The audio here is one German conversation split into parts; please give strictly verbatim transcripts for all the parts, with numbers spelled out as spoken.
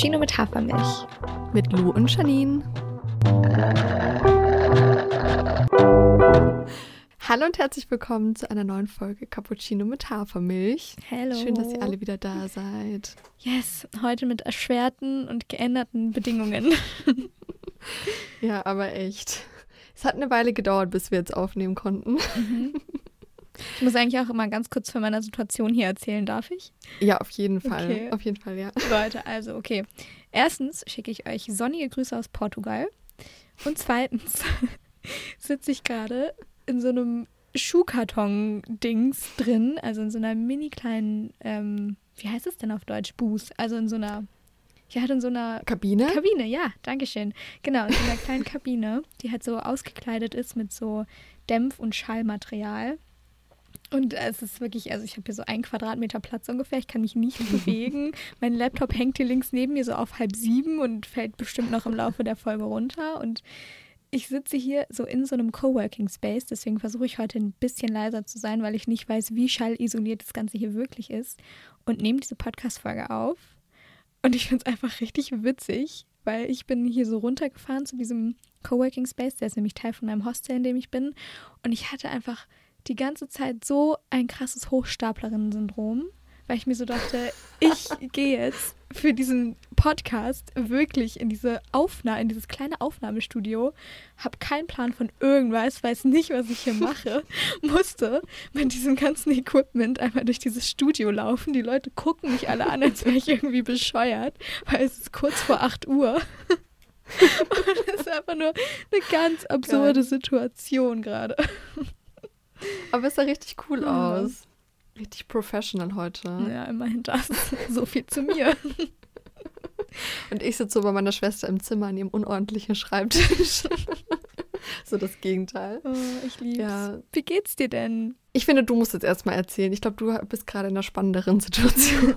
Cappuccino mit Hafermilch. Mit Lou und Janine. Hallo und herzlich willkommen zu einer neuen Folge Cappuccino mit Hafermilch. Hallo. Schön, dass ihr alle wieder da seid. Yes, heute mit erschwerten und geänderten Bedingungen. Ja, aber echt. Es hat eine Weile gedauert, bis wir jetzt aufnehmen konnten. Mhm. Ich muss eigentlich auch immer ganz kurz von meiner Situation hier erzählen, darf ich? Ja, auf jeden Fall. Okay. Auf jeden Fall, ja. Leute, also okay. Erstens schicke ich euch sonnige Grüße aus Portugal. Und zweitens sitze ich gerade in so einem Schuhkarton-Dings drin, also in so einer mini kleinen, ähm, wie heißt es denn auf Deutsch? Booth. Also in so einer, ja, in so einer Kabine? Kabine, ja, danke schön. Genau, in so einer kleinen Kabine, die halt so ausgekleidet ist mit so Dämpf- und Schallmaterial. Und es ist wirklich, also ich habe hier so einen Quadratmeter Platz ungefähr, ich kann mich nicht bewegen. Mein Laptop hängt hier links neben mir so auf halb sieben und fällt bestimmt noch im Laufe der Folge runter. Und ich sitze hier so in so einem Coworking Space, deswegen versuche ich heute ein bisschen leiser zu sein, weil ich nicht weiß, wie schallisoliert das Ganze hier wirklich ist. Und nehme diese Podcast-Folge auf. Und ich finde es einfach richtig witzig, weil ich bin hier so runtergefahren zu diesem Coworking Space, der ist nämlich Teil von meinem Hostel, in dem ich bin. Und ich hatte einfach die ganze Zeit so ein krasses Hochstaplerinnen-Syndrom, weil ich mir so dachte, ich gehe jetzt für diesen Podcast wirklich in diese Aufnahme, in dieses kleine Aufnahmestudio, habe keinen Plan von irgendwas, weiß nicht, was ich hier mache, musste mit diesem ganzen Equipment einmal durch dieses Studio laufen. Die Leute gucken mich alle an, als wäre ich irgendwie bescheuert, weil es ist kurz vor acht Uhr. Und es ist einfach nur eine ganz absurde Geil. Situation gerade. Aber es sah richtig cool mhm. aus. Richtig professional heute. Ja, immerhin das. So viel zu mir. Und ich sitze so bei meiner Schwester im Zimmer an ihrem unordentlichen Schreibtisch. So das Gegenteil. Oh, ich lieb's. Ja. Wie geht's dir denn? Ich finde, du musst jetzt erstmal erzählen. Ich glaube, du bist gerade in einer spannenderen Situation.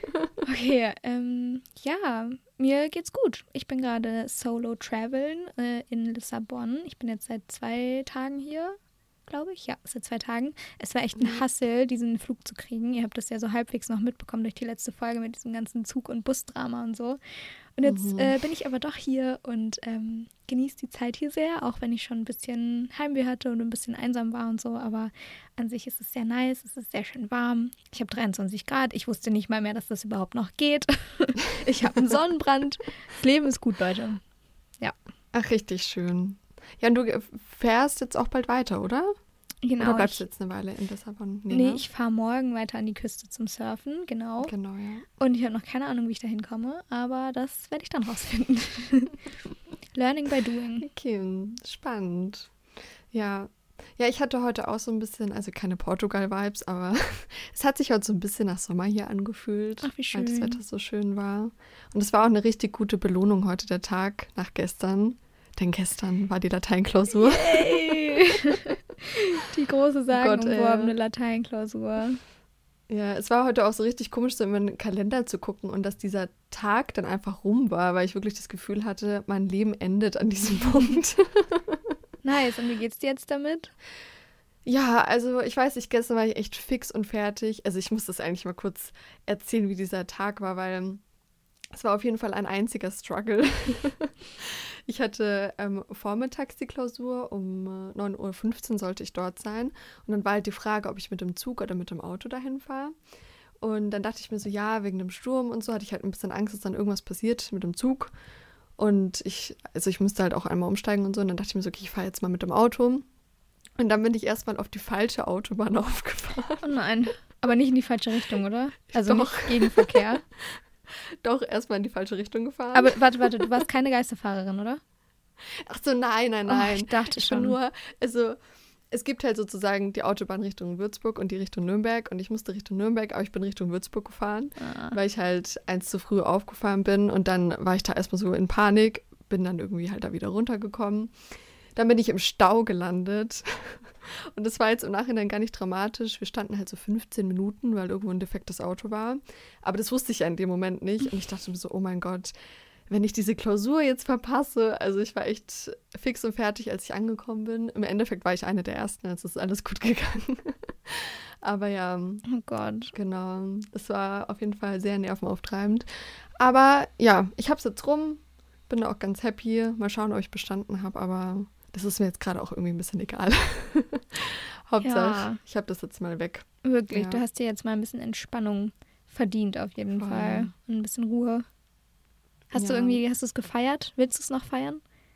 Okay, ähm, ja, mir geht's gut. Ich bin gerade solo traveln äh, in Lissabon. Ich bin jetzt seit zwei Tagen hier. Glaube ich, ja, seit zwei Tagen. Es war echt ein Hassel, diesen Flug zu kriegen. Ihr habt das ja so halbwegs noch mitbekommen durch die letzte Folge mit diesem ganzen Zug- und Busdrama und so. Und jetzt mhm. äh, bin ich aber doch hier und ähm, genieße die Zeit hier sehr, auch wenn ich schon ein bisschen Heimweh hatte und ein bisschen einsam war und so. Aber an sich ist es sehr nice, es ist sehr schön warm. Ich habe dreiundzwanzig Grad, ich wusste nicht mal mehr, dass das überhaupt noch geht. Ich habe einen Sonnenbrand. Das Leben ist gut, Leute. Ja. Ach, richtig schön. Ja, und du fährst jetzt auch bald weiter, oder? Genau. Oder bleibst du jetzt eine Weile in Lissabon? Nee, nee, ich fahre morgen weiter an die Küste zum Surfen, genau. Genau, ja. Und ich habe noch keine Ahnung, wie ich da hinkomme, aber das werde ich dann rausfinden. Learning by doing. Okay, spannend. Ja. Ja, ich hatte heute auch so ein bisschen, also keine Portugal-Vibes, aber es hat sich heute so ein bisschen nach Sommer hier angefühlt. Ach, wie schön. Weil das Wetter so schön war. Und es war auch eine richtig gute Belohnung heute, der Tag nach gestern. Denn gestern war die Lateinklausur. Yay! Die große sagenumworbene Lateinklausur. Ja, es war heute auch so richtig komisch, so in meinen Kalender zu gucken und dass dieser Tag dann einfach rum war, weil ich wirklich das Gefühl hatte, mein Leben endet an diesem Punkt. Nice. Und wie geht's dir jetzt damit? Ja, also ich weiß nicht, gestern war ich echt fix und fertig. Also ich muss das eigentlich mal kurz erzählen, wie dieser Tag war, weil es war auf jeden Fall ein einziger Struggle. Ich hatte ähm, vormittags die Klausur, um äh, neun Uhr fünfzehn sollte ich dort sein. Und dann war halt die Frage, ob ich mit dem Zug oder mit dem Auto dahin fahre. Und dann dachte ich mir so, ja, wegen dem Sturm und so hatte ich halt ein bisschen Angst, dass dann irgendwas passiert mit dem Zug. Und ich, also ich musste halt auch einmal umsteigen und so. Und dann dachte ich mir so, okay, ich fahre jetzt mal mit dem Auto. Und dann bin ich erstmal auf die falsche Autobahn aufgefahren. Oh nein, aber nicht in die falsche Richtung, oder? Also Doch. nicht Gegenverkehr. Doch, erstmal in die falsche Richtung gefahren. Aber warte, warte, du warst keine Geisterfahrerin, oder? Ach so, nein, nein, nein. Oh, ich dachte ich schon. bin nur, also es gibt halt sozusagen die Autobahn Richtung Würzburg und die Richtung Nürnberg. Und ich musste Richtung Nürnberg, aber ich bin Richtung Würzburg gefahren, ah. weil ich halt eins zu früh aufgefahren bin. Und dann war ich da erstmal so in Panik, bin dann irgendwie halt da wieder runtergekommen. Dann bin ich im Stau gelandet. Und das war jetzt im Nachhinein gar nicht dramatisch. Wir standen halt so fünfzehn Minuten, weil irgendwo ein defektes Auto war. Aber das wusste ich ja in dem Moment nicht. Und ich dachte mir so, oh mein Gott, wenn ich diese Klausur jetzt verpasse. Also ich war echt fix und fertig, als ich angekommen bin. Im Endeffekt war ich eine der Ersten, also ist alles gut gegangen. Aber ja, oh Gott, genau, das war auf jeden Fall sehr nervenauftreibend. Aber ja, ich habe es jetzt rum, bin da auch ganz happy. Mal schauen, ob ich bestanden habe, aber das ist mir jetzt gerade auch irgendwie ein bisschen egal. Hauptsache, ja. ich habe das jetzt mal weg. Wirklich, ja. Du hast dir jetzt mal ein bisschen Entspannung verdient auf jeden Voll. Fall. Und ein bisschen Ruhe. Hast ja. du irgendwie, hast du es gefeiert? Willst du es noch feiern?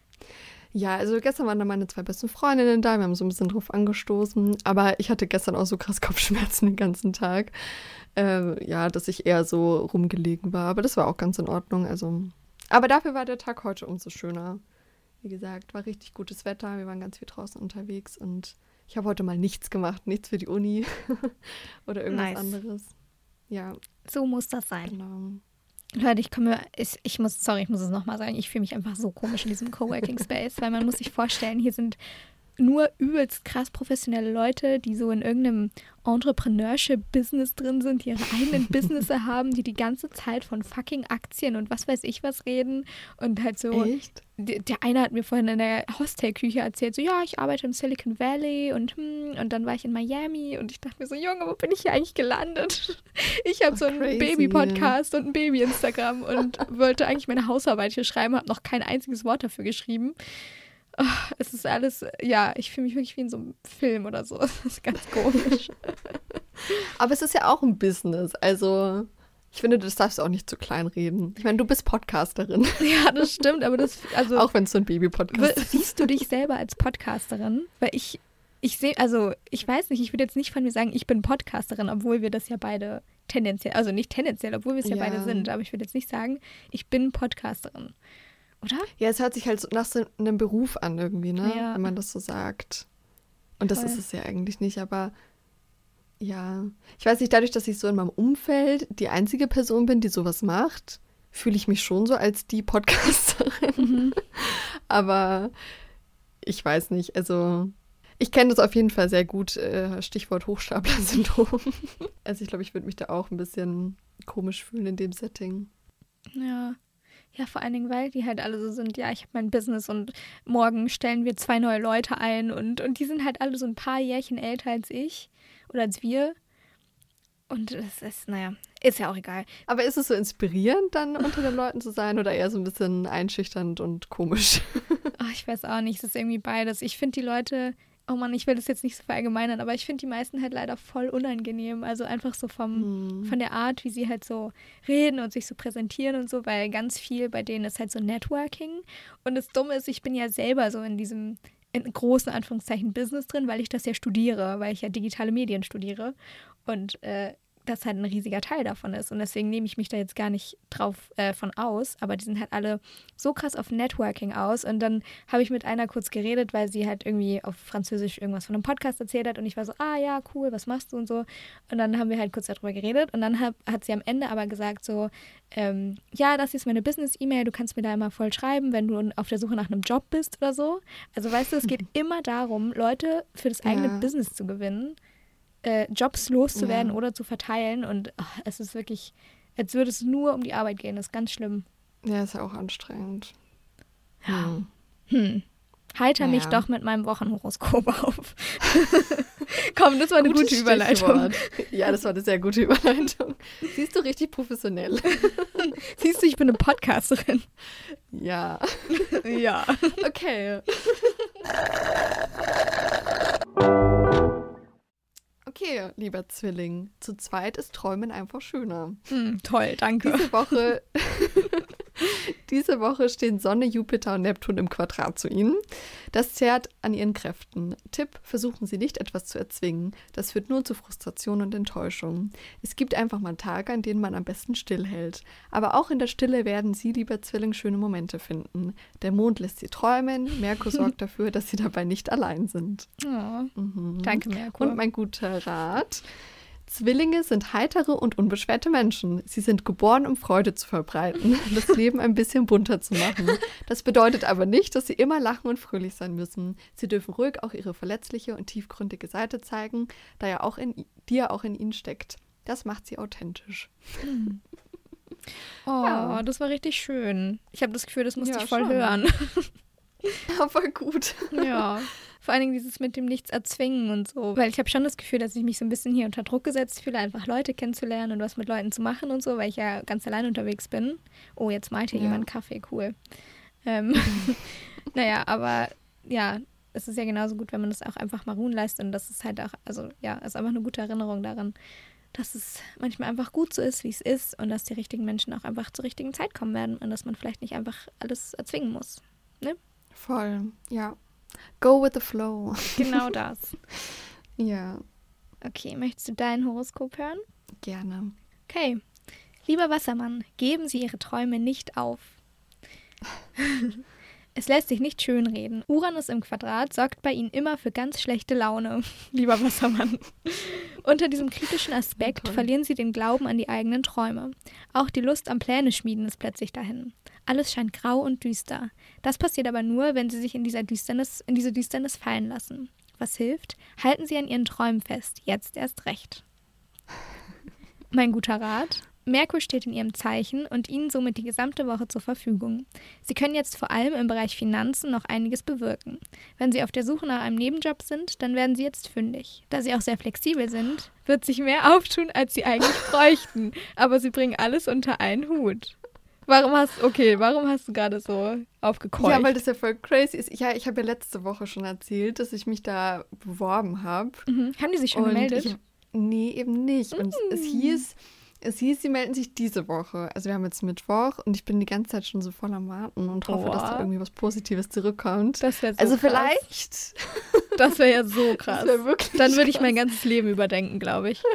Ja, also gestern waren da meine zwei besten Freundinnen da, wir haben so ein bisschen drauf angestoßen, aber ich hatte gestern auch so krass Kopfschmerzen den ganzen Tag, äh, ja, dass ich eher so rumgelegen war, aber das war auch ganz in Ordnung, also, aber dafür war der Tag heute umso schöner. Wie gesagt, war richtig gutes Wetter, wir waren ganz viel draußen unterwegs und ich habe heute mal nichts gemacht, nichts für die Uni oder irgendwas nice. anderes. Ja. So muss das sein. Genau. Leute, ich komme, ich, ich muss, sorry, ich muss es nochmal sagen, ich fühle mich einfach so komisch in diesem Coworking Space, weil man muss sich vorstellen, hier sind nur übelst krass professionelle Leute, die so in irgendeinem Entrepreneurship-Business drin sind, die ihre eigenen Businesses haben, die die ganze Zeit von fucking Aktien und was weiß ich was reden und halt so. Echt? D- der eine hat mir vorhin in der Hostelküche erzählt, so ja, ich arbeite im Silicon Valley und hm, und dann war ich in Miami und ich dachte mir so, Junge, wo bin ich hier eigentlich gelandet? Ich habe so einen Baby-Podcast und ein Baby-Instagram und wollte eigentlich meine Hausarbeit hier schreiben, habe noch kein einziges Wort dafür geschrieben. Oh, es ist alles, ja, ich fühle mich wirklich wie in so einem Film oder so. Das ist ganz komisch. Aber es ist ja auch ein Business, also ich finde, das darfst du auch nicht zu klein reden. Ich meine, du bist Podcasterin. Ja, das stimmt, aber das, also. Auch wenn es so ein Baby-Podcast ist. Siehst du dich selber als Podcasterin? Weil ich, ich sehe, also ich weiß nicht, ich würde jetzt nicht von mir sagen, ich bin Podcasterin, obwohl wir das ja beide tendenziell, also nicht tendenziell, obwohl wir es ja. ja beide sind, aber ich würde jetzt nicht sagen, ich bin Podcasterin. Oder? Ja, es hört sich halt so nach so einem Beruf an irgendwie, ne? Ja. Wenn man das so sagt. Und das Voll. ist es ja eigentlich nicht, aber ja. Ich weiß nicht, dadurch, dass ich so in meinem Umfeld die einzige Person bin, die sowas macht, fühle ich mich schon so als die Podcasterin. Mhm. Aber ich weiß nicht, also ich kenne das auf jeden Fall sehr gut, äh, Stichwort Hochstapler-Syndrom. Also ich glaube, ich würde mich da auch ein bisschen komisch fühlen in dem Setting. Ja. Ja, vor allen Dingen, weil die halt alle so sind, ja, ich habe mein Business und morgen stellen wir zwei neue Leute ein und, und die sind halt alle so ein paar Jährchen älter als ich oder als wir. Und das ist, naja, ist ja auch egal. Aber ist es so inspirierend, dann unter den Leuten zu sein oder eher so ein bisschen einschüchternd und komisch? Ach, ich weiß auch nicht, es ist irgendwie beides. Ich finde die Leute, oh Mann, ich will das jetzt nicht so verallgemeinern, aber ich finde die meisten halt leider voll unangenehm. Also einfach so vom, hm. von der Art, wie sie halt so reden und sich so präsentieren und so, weil ganz viel bei denen ist halt so Networking. Und das Dumme ist, ich bin ja selber so in diesem, in großen Anführungszeichen, Business drin, weil ich das ja studiere, weil ich ja digitale Medien studiere. Und äh, das halt ein riesiger Teil davon ist. Und deswegen nehme ich mich da jetzt gar nicht drauf äh, von aus. Aber die sind halt alle so krass auf Networking aus. Und dann habe ich mit einer kurz geredet, weil sie halt irgendwie auf Französisch irgendwas von einem Podcast erzählt hat. Und ich war so, ah ja, cool, was machst du und so. Und dann haben wir halt kurz darüber geredet. Und dann hab, hat sie am Ende aber gesagt so, ähm, ja, das ist meine Business-E-Mail, du kannst mir da immer voll schreiben, wenn du auf der Suche nach einem Job bist oder so. Also weißt du, es geht immer darum, Leute für das eigene ja. Business zu gewinnen. Äh, Jobs loszuwerden ja. oder zu verteilen und ach, es ist wirklich, als würde es nur um die Arbeit gehen, das ist ganz schlimm. Ja, ist ja auch anstrengend. Ja. Hm. Hm. Heiter naja. mich doch mit meinem Wochenhoroskop auf. Komm, das war eine Gutes gute Überleitung. Stichwort. Ja, das war eine sehr gute Überleitung. Siehst du, richtig professionell. Siehst du, ich bin eine Podcasterin. Ja. Ja. Okay. Okay, lieber Zwilling, zu zweit ist Träumen einfach schöner. Mm, toll, danke. Diese Woche, diese Woche stehen Sonne, Jupiter und Neptun im Quadrat zu Ihnen. Das zehrt an Ihren Kräften. Tipp, versuchen Sie nicht, etwas zu erzwingen. Das führt nur zu Frustration und Enttäuschung. Es gibt einfach mal Tage, an denen man am besten stillhält. Aber auch in der Stille werden Sie, lieber Zwilling, schöne Momente finden. Der Mond lässt Sie träumen. Merkur sorgt dafür, dass Sie dabei nicht allein sind. Oh, mhm. Danke, Merkur. Und mein guter Rat: Zwillinge sind heitere und unbeschwerte Menschen. Sie sind geboren, um Freude zu verbreiten, das Leben ein bisschen bunter zu machen. Das bedeutet aber nicht, dass sie immer lachen und fröhlich sein müssen. Sie dürfen ruhig auch ihre verletzliche und tiefgründige Seite zeigen, da ja auch in, die ja auch in ihnen steckt. Das macht sie authentisch. Hm. Oh, ja. Das war richtig schön. Ich habe das Gefühl, das musste ja, ich voll schon. hören. Ja, voll gut. Ja, Vor allen Dingen dieses mit dem Nichts erzwingen und so. Weil ich habe schon das Gefühl, dass ich mich so ein bisschen hier unter Druck gesetzt fühle, einfach Leute kennenzulernen und was mit Leuten zu machen und so, weil ich ja ganz allein unterwegs bin. Oh, jetzt malt hier Ja. jemand Kaffee, cool. Ähm, naja, aber ja, es ist ja genauso gut, wenn man das auch einfach mal ruhen lässt. Und das ist halt auch, also ja, ist einfach eine gute Erinnerung daran, dass es manchmal einfach gut so ist, wie es ist und dass die richtigen Menschen auch einfach zur richtigen Zeit kommen werden und dass man vielleicht nicht einfach alles erzwingen muss. Ne? Voll, ja. Go with the flow. Genau das. Ja, Okay, möchtest du dein Horoskop hören? gerne. Okay. Lieber Wassermann, geben Sie Ihre Träume nicht auf. Es lässt sich nicht schönreden. Uranus im Quadrat sorgt bei Ihnen immer für ganz schlechte Laune, lieber Wassermann. Unter diesem kritischen Aspekt Toll. verlieren Sie den Glauben an die eigenen Träume. Auch die Lust am Pläne schmieden ist plötzlich dahin. Alles scheint grau und düster. Das passiert aber nur, wenn Sie sich in dieser Düsternis, in diese Düsternis fallen lassen. Was hilft? Halten Sie an Ihren Träumen fest. Jetzt erst recht. Mein guter Rat: Merkur steht in Ihrem Zeichen und Ihnen somit die gesamte Woche zur Verfügung. Sie können jetzt vor allem im Bereich Finanzen noch einiges bewirken. Wenn Sie auf der Suche nach einem Nebenjob sind, dann werden Sie jetzt fündig. Da Sie auch sehr flexibel sind, wird sich mehr auftun, als Sie eigentlich bräuchten. Aber Sie bringen alles unter einen Hut. Warum hast, okay, warum hast du gerade so aufgekeucht? Ja, weil das ja voll crazy ist. Ja, ich habe ja letzte Woche schon erzählt, dass ich mich da beworben habe. Mhm. Haben die sich schon Und gemeldet? Ich, nee, eben nicht. Und Mm. es hieß, es hieß, sie melden sich diese Woche. Also wir haben jetzt Mittwoch und ich bin die ganze Zeit schon so voll am Warten und hoffe, Oh. dass da irgendwie was Positives zurückkommt. Das wäre so also krass. vielleicht. Das wäre ja so krass. Das wär wirklich Dann würde ich krass. mein ganzes Leben überdenken, glaube ich.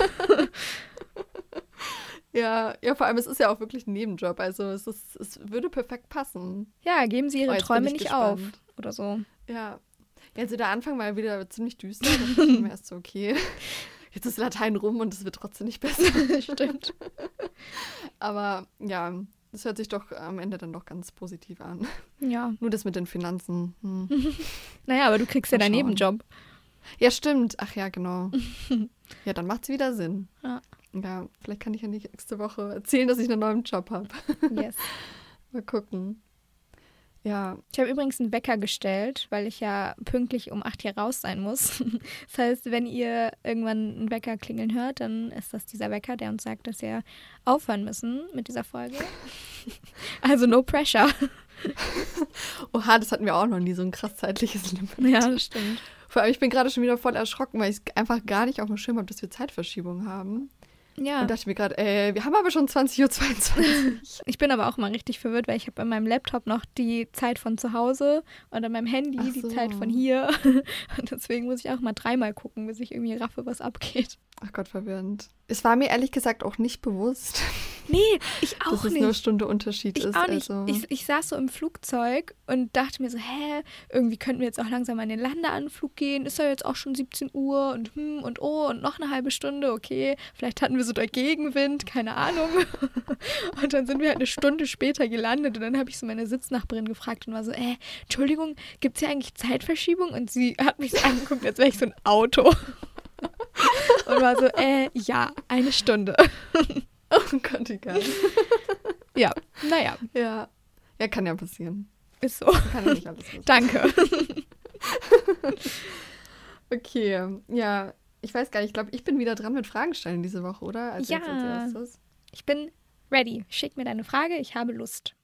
Ja, ja, vor allem, es ist ja auch wirklich ein Nebenjob. Also es, ist, es würde perfekt passen. Ja, geben Sie Ihre Oh, jetzt bin Träume ich nicht gespannt. auf oder so. Ja. Ja, also der Anfang war wieder ziemlich düster. Da dachte ich mir erst so, okay, jetzt ist Latein rum und es wird trotzdem nicht besser. Stimmt. Aber ja, das hört sich doch am Ende dann doch ganz positiv an. Ja. Nur das mit den Finanzen. Hm. Naja, aber du kriegst ja Mal deinen schauen. Nebenjob. Ja, stimmt. Ach ja, genau. Ja, dann macht es wieder Sinn. Ja. Ja, vielleicht kann ich ja nächste Woche erzählen, dass ich einen neuen Job habe. Yes. Mal gucken. Ja, Ich habe übrigens einen Wecker gestellt, weil ich ja pünktlich um acht hier raus sein muss. Das heißt, wenn ihr irgendwann einen Wecker klingeln hört, dann ist das dieser Wecker, der uns sagt, dass wir aufhören müssen mit dieser Folge. Also no pressure. oha, das hatten wir auch noch nie, so ein krass zeitliches Limit. Ja, das stimmt. Vor allem, ich bin gerade schon wieder voll erschrocken, weil ich einfach gar nicht auf dem Schirm habe, dass wir Zeitverschiebung haben. Ja, Und dachte mir gerade, äh, wir haben aber schon zwanzig Uhr zweiundzwanzig. ich bin aber auch mal richtig verwirrt, weil ich habe an meinem Laptop noch die Zeit von zu Hause und an meinem Handy Ach die so. Zeit von hier. Und deswegen muss ich auch mal dreimal gucken, bis ich irgendwie raffe, was abgeht. Ach Gott, verwirrend. Es war mir ehrlich gesagt auch nicht bewusst, Nee, ich auch dass es nicht. nur eine Stunde Unterschied Ich ist. auch nicht. Also. Ich, ich saß so im Flugzeug und dachte mir so, hä, irgendwie könnten wir jetzt auch langsam an den Landeanflug gehen. Ist ja jetzt auch schon siebzehn Uhr und hm und oh und noch eine halbe Stunde, okay. Vielleicht hatten wir so der Gegenwind, keine Ahnung. Und dann sind wir halt eine Stunde später gelandet und dann habe ich so meine Sitznachbarin gefragt und war so, äh, Entschuldigung, gibt es hier eigentlich Zeitverschiebung? Und sie hat mich so angeguckt, als wäre ich so ein Auto. Und war so, äh, ja, eine Stunde. Oh Gott, egal. Ja, naja, Ja. Ja, kann ja passieren. ist so. Kann ja nicht alles wissen. Danke. Okay, ja. Ich weiß gar nicht, ich glaube, ich bin wieder dran mit Fragen stellen diese Woche, oder? Als Ja. jetzt als erstes. Ich bin ready. Schick mir deine Frage, ich habe Lust.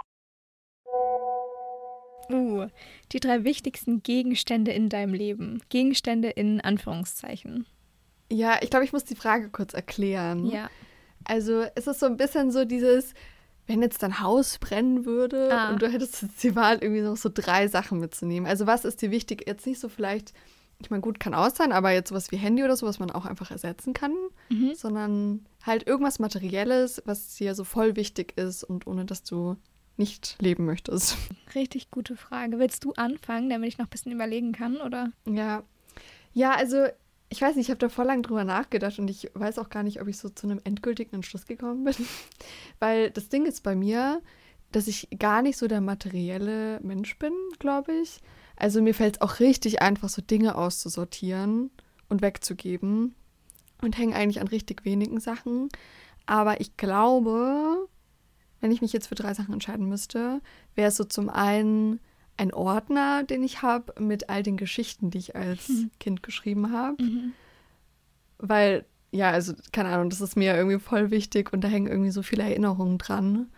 Uh, die drei wichtigsten Gegenstände in deinem Leben. Gegenstände in Anführungszeichen. Ja, ich glaube, ich muss die Frage kurz erklären. Ja. Also es ist so ein bisschen so dieses, wenn jetzt dein Haus brennen würde Ah. und du hättest jetzt die Wahl, irgendwie noch so drei Sachen mitzunehmen. Also was ist dir wichtig? Jetzt nicht so vielleicht, ich meine, gut, kann aus sein, aber jetzt sowas wie Handy oder so, was man auch einfach ersetzen kann, Mhm. sondern halt irgendwas Materielles, was dir so voll wichtig ist und ohne dass du nicht leben möchtest. Richtig gute Frage. Willst du anfangen, damit ich noch ein bisschen überlegen kann, oder? Ja. Ja, also ich weiß nicht, ich habe da voll lang drüber nachgedacht und ich weiß auch gar nicht, ob ich so zu einem endgültigen Entschluss gekommen bin. Weil das Ding ist bei mir, dass ich gar nicht so der materielle Mensch bin, glaube ich. Also mir fällt es auch richtig einfach, so Dinge auszusortieren und wegzugeben und hänge eigentlich an richtig wenigen Sachen. Aber ich glaube, wenn ich mich jetzt für drei Sachen entscheiden müsste, wäre es so zum einen ein Ordner, den ich habe mit all den Geschichten, die ich als mhm. Kind geschrieben habe. Mhm. Weil, ja, also keine Ahnung, das ist mir irgendwie voll wichtig und da hängen irgendwie so viele Erinnerungen dran.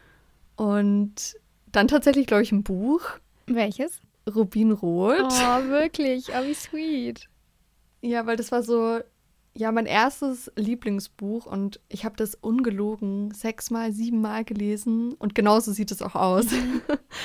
Und dann tatsächlich, glaube ich, ein Buch. Welches? Rubinrot. Oh, wirklich? Oh, wie sweet. Ja, weil das war so, ja, mein erstes Lieblingsbuch und ich habe das ungelogen sechsmal, siebenmal gelesen und genauso sieht es auch aus. Mhm.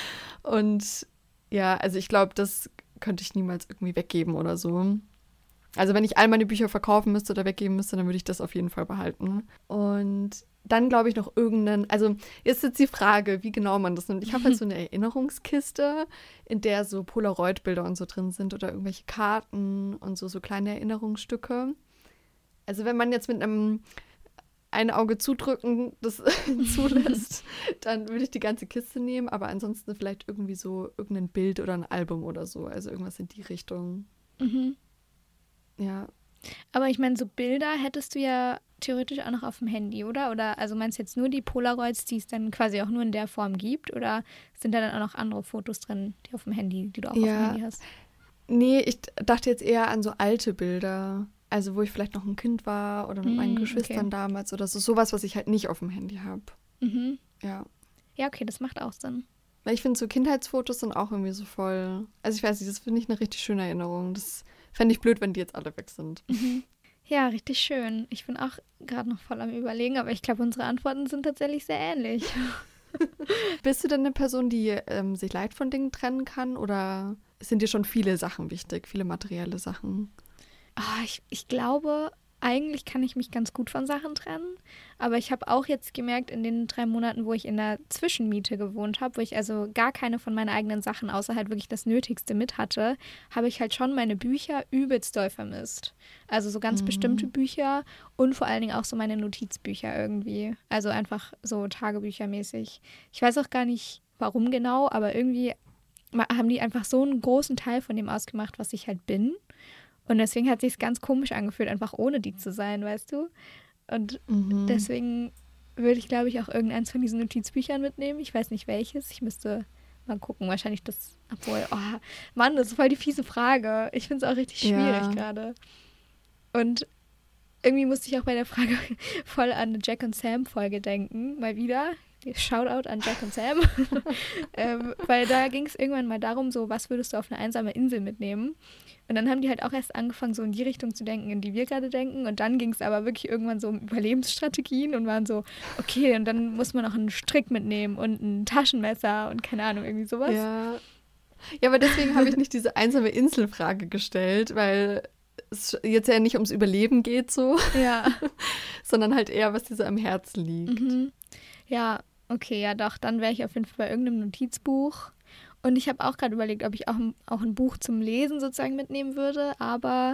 Und ja, also ich glaube, das könnte ich niemals irgendwie weggeben oder so. Also wenn ich all meine Bücher verkaufen müsste oder weggeben müsste, dann würde ich das auf jeden Fall behalten. Und dann glaube ich noch irgendeinen, also jetzt ist die Frage, wie genau man das nimmt. Ich habe halt so eine Erinnerungskiste, in der so Polaroid-Bilder und so drin sind oder irgendwelche Karten und so, so kleine Erinnerungsstücke. Also wenn man jetzt mit einem ein Auge zudrücken das zulässt, dann würde ich die ganze Kiste nehmen, aber ansonsten vielleicht irgendwie so irgendein Bild oder ein Album oder so, also irgendwas in die Richtung. Mhm. Ja. Aber ich meine, so Bilder hättest du ja theoretisch auch noch auf dem Handy, oder? Oder also meinst du jetzt nur die Polaroids, die es dann quasi auch nur in der Form gibt? Oder sind da dann auch noch andere Fotos drin, die auf dem Handy, die du auch ja. auf dem Handy hast? Nee, ich dachte jetzt eher an so alte Bilder. Also wo ich vielleicht noch ein Kind war oder mit meinen mm, Geschwistern okay. damals oder so. Sowas, was ich halt nicht auf dem Handy habe. Mhm. Ja. Ja, okay, das macht auch Sinn. Weil ich finde, so Kindheitsfotos sind auch irgendwie so voll. Also ich weiß nicht, das finde ich eine richtig schöne Erinnerung. Das fände ich blöd, wenn die jetzt alle weg sind. Mhm. Ja, richtig schön. Ich bin auch gerade noch voll am Überlegen, aber ich glaube, unsere Antworten sind tatsächlich sehr ähnlich. Bist du denn eine Person, die ähm, sich leicht von Dingen trennen kann? Oder sind dir schon viele Sachen wichtig, viele materielle Sachen? Oh, ich, ich glaube, eigentlich kann ich mich ganz gut von Sachen trennen. Aber ich habe auch jetzt gemerkt, in den drei Monaten, wo ich in der Zwischenmiete gewohnt habe, wo ich also gar keine von meinen eigenen Sachen, außer halt wirklich das Nötigste mit hatte, habe ich halt schon meine Bücher übelst doll vermisst. Also so ganz mhm. bestimmte Bücher und vor allen Dingen auch so meine Notizbücher irgendwie. Also einfach so tagebüchermäßig. Ich weiß auch gar nicht, warum genau, aber irgendwie haben die einfach so einen großen Teil von dem ausgemacht, was ich halt bin. Und deswegen hat es sich ganz komisch angefühlt, einfach ohne die zu sein, weißt du? Und mhm. deswegen würde ich, glaube ich, auch irgendeins von diesen Notizbüchern mitnehmen. Ich weiß nicht welches. Ich müsste mal gucken. Wahrscheinlich das, obwohl, oh, Mann, das ist voll die fiese Frage. Ich finde es auch richtig schwierig ja. gerade. Und irgendwie musste ich auch bei der Frage voll an eine Jack und Sam Folge denken. Mal wieder. Shoutout an Jack und Sam. ähm, weil da ging es irgendwann mal darum, so, was würdest du auf eine einsame Insel mitnehmen? Und dann haben die halt auch erst angefangen, so in die Richtung zu denken, in die wir gerade denken. Und dann ging es aber wirklich irgendwann so um Überlebensstrategien und waren so, okay, und dann muss man auch einen Strick mitnehmen und ein Taschenmesser und keine Ahnung, irgendwie sowas. Ja, ja, aber deswegen habe ich nicht diese einsame Inselfrage gestellt, weil es jetzt ja nicht ums Überleben geht so, ja. sondern halt eher, was dir so am Herzen liegt. Mhm. Ja, okay, ja doch, dann wäre ich auf jeden Fall bei irgendeinem Notizbuch. Und ich habe auch gerade überlegt, ob ich auch, auch ein Buch zum Lesen sozusagen mitnehmen würde, aber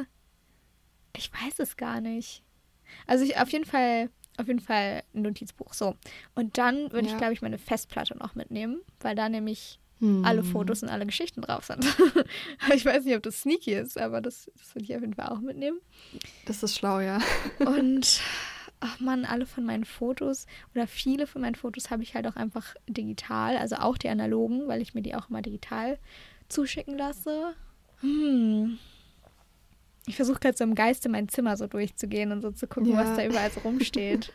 ich weiß es gar nicht. Also ich auf jeden Fall, auf jeden Fall ein Notizbuch, so. Und dann würde ja. ich, glaube ich, meine Festplatte noch mitnehmen, weil da nämlich hm. alle Fotos und alle Geschichten drauf sind. Ich weiß nicht, ob das sneaky ist, aber das, das würde ich auf jeden Fall auch mitnehmen. Das ist schlau, ja. Und ach Mann, alle von meinen Fotos oder viele von meinen Fotos habe ich halt auch einfach digital, also auch die analogen, weil ich mir die auch immer digital zuschicken lasse. Hm. Ich versuche gerade so im Geiste mein Zimmer so durchzugehen und so zu gucken, ja. was da überall so rumsteht.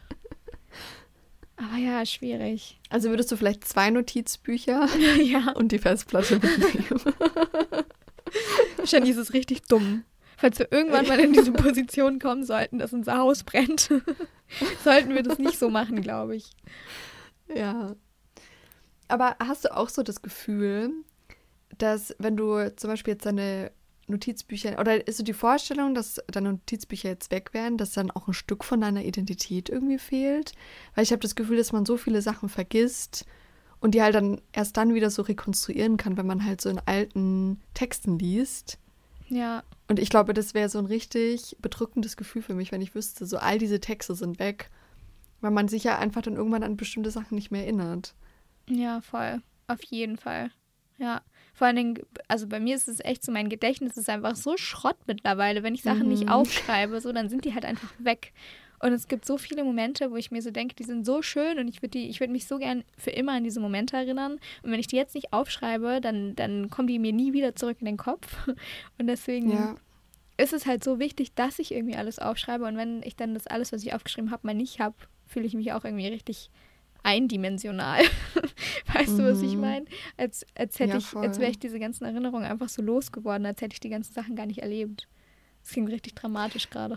Aber ja, schwierig. Also würdest du vielleicht zwei Notizbücher ja. und die Festplatte mitnehmen? Wahrscheinlich ist es richtig dumm. Falls wir irgendwann mal in diese Position kommen sollten, dass unser Haus brennt, sollten wir das nicht so machen, glaube ich. Ja. Aber hast du auch so das Gefühl, dass wenn du zum Beispiel jetzt deine Notizbücher, oder ist so die Vorstellung, dass deine Notizbücher jetzt weg wären, dass dann auch ein Stück von deiner Identität irgendwie fehlt? Weil ich habe das Gefühl, dass man so viele Sachen vergisst und die halt dann erst dann wieder so rekonstruieren kann, wenn man halt so in alten Texten liest. Ja. Und ich glaube, das wäre so ein richtig bedrückendes Gefühl für mich, wenn ich wüsste, so all diese Texte sind weg, weil man sich ja einfach dann irgendwann an bestimmte Sachen nicht mehr erinnert. Ja, voll. Auf jeden Fall. Ja. Vor allen Dingen, also bei mir ist es echt so, mein Gedächtnis ist einfach so Schrott mittlerweile. Wenn ich Sachen mhm. nicht aufschreibe, so, dann sind die halt einfach weg. Und es gibt so viele Momente, wo ich mir so denke, die sind so schön und ich würde die, ich würde mich so gern für immer an diese Momente erinnern. Und wenn ich die jetzt nicht aufschreibe, dann, dann kommen die mir nie wieder zurück in den Kopf. Und deswegen Ja. ist es halt so wichtig, dass ich irgendwie alles aufschreibe. Und wenn ich dann das alles, was ich aufgeschrieben habe, mal nicht habe, fühle ich mich auch irgendwie richtig eindimensional. Weißt du, was ich Mhm. meine? Als, als hätte Ja, ich, als voll. wäre ich diese ganzen Erinnerungen einfach so losgeworden, als hätte ich die ganzen Sachen gar nicht erlebt. Das klingt richtig dramatisch gerade.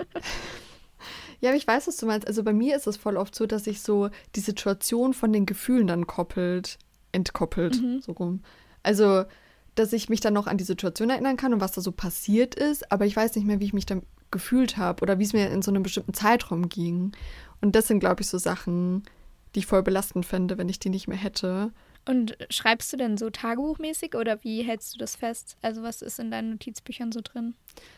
Ja, aber ich weiß, was du meinst. Also bei mir ist es voll oft so, dass sich so die Situation von den Gefühlen dann koppelt, entkoppelt, Mhm. so rum. Also, dass ich mich dann noch an die Situation erinnern kann und was da so passiert ist, aber ich weiß nicht mehr, wie ich mich dann gefühlt habe oder wie es mir in so einem bestimmten Zeitraum ging. Und das sind, glaube ich, so Sachen, die ich voll belastend fände, wenn ich die nicht mehr hätte. Und schreibst du denn so tagebuchmäßig oder wie hältst du das fest? Also was ist in deinen Notizbüchern so drin?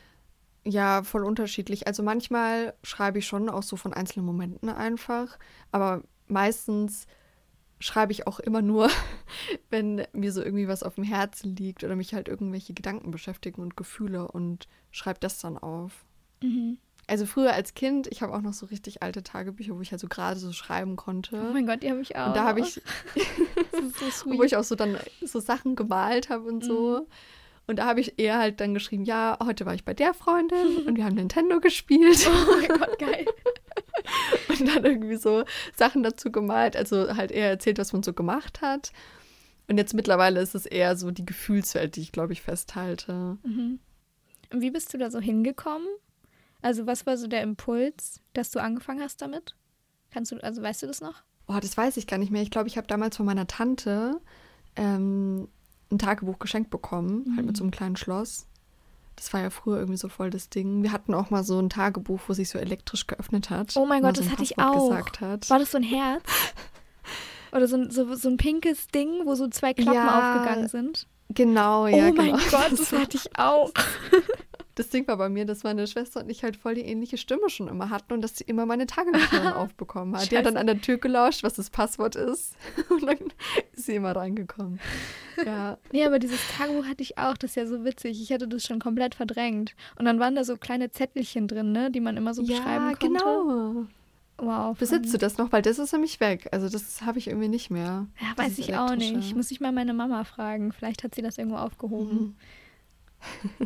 Ja, voll unterschiedlich. Also manchmal schreibe ich schon auch so von einzelnen Momenten einfach, aber meistens schreibe ich auch immer nur, wenn mir so irgendwie was auf dem Herzen liegt oder mich halt irgendwelche Gedanken beschäftigen und Gefühle und schreibe das dann auf. Mhm. Also früher als Kind, ich habe auch noch so richtig alte Tagebücher, wo ich halt so gerade so schreiben Oh konnte. mein Gott, die habe ich auch. Und da habe noch. ich, Das ist so sweet. wo ich auch so dann so Sachen gemalt habe und so. Mhm. Und da habe ich eher halt dann geschrieben, ja, heute war ich bei der Freundin und wir haben Nintendo gespielt. Oh mein Gott, geil. Und dann irgendwie so Sachen dazu gemalt, also halt eher erzählt, was man so gemacht hat. Und jetzt mittlerweile ist es eher so die Gefühlswelt, die ich, glaube ich, festhalte. Mhm. Und wie bist du da so hingekommen? Also was war so der Impuls, dass du angefangen hast damit? Kannst du, also weißt du das noch? Oh, das weiß ich gar nicht mehr. Ich glaube, ich habe damals von meiner Tante ähm, ein Tagebuch geschenkt bekommen, Mhm. halt mit so einem kleinen Schloss. Das war ja früher irgendwie so voll das Ding. Wir hatten auch mal so ein Tagebuch, wo sich so elektrisch geöffnet hat. Oh mein wo man Gott, so das ein hatte ich Passwort auch. gesagt hat. War das so ein Herz? Oder so ein, so, so ein pinkes Ding, wo so zwei Klappen Ja, aufgegangen sind? Genau, ja, Oh mein genau. Gott, das hatte ich auch. Das Ding war bei mir, dass meine Schwester und ich halt voll die ähnliche Stimme schon immer hatten und dass sie immer meine Tagebücher dann aufbekommen hat. Die hat dann Scheiße. an der Tür gelauscht, was das Passwort ist. Und dann ist sie immer reingekommen. Ja, Nee, aber dieses Tagebuch hatte ich auch, das ist ja so witzig. Ich hatte das schon komplett verdrängt. Und dann waren da so kleine Zettelchen drin, ne, die man immer so beschreiben ja, konnte. genau. Wow. Besitzt du das noch? Weil das ist nämlich weg. Also das habe ich irgendwie nicht mehr. Ja, weiß dieses ich auch elektrische. nicht. Muss ich mal meine Mama fragen. Vielleicht hat sie das irgendwo aufgehoben. Mhm.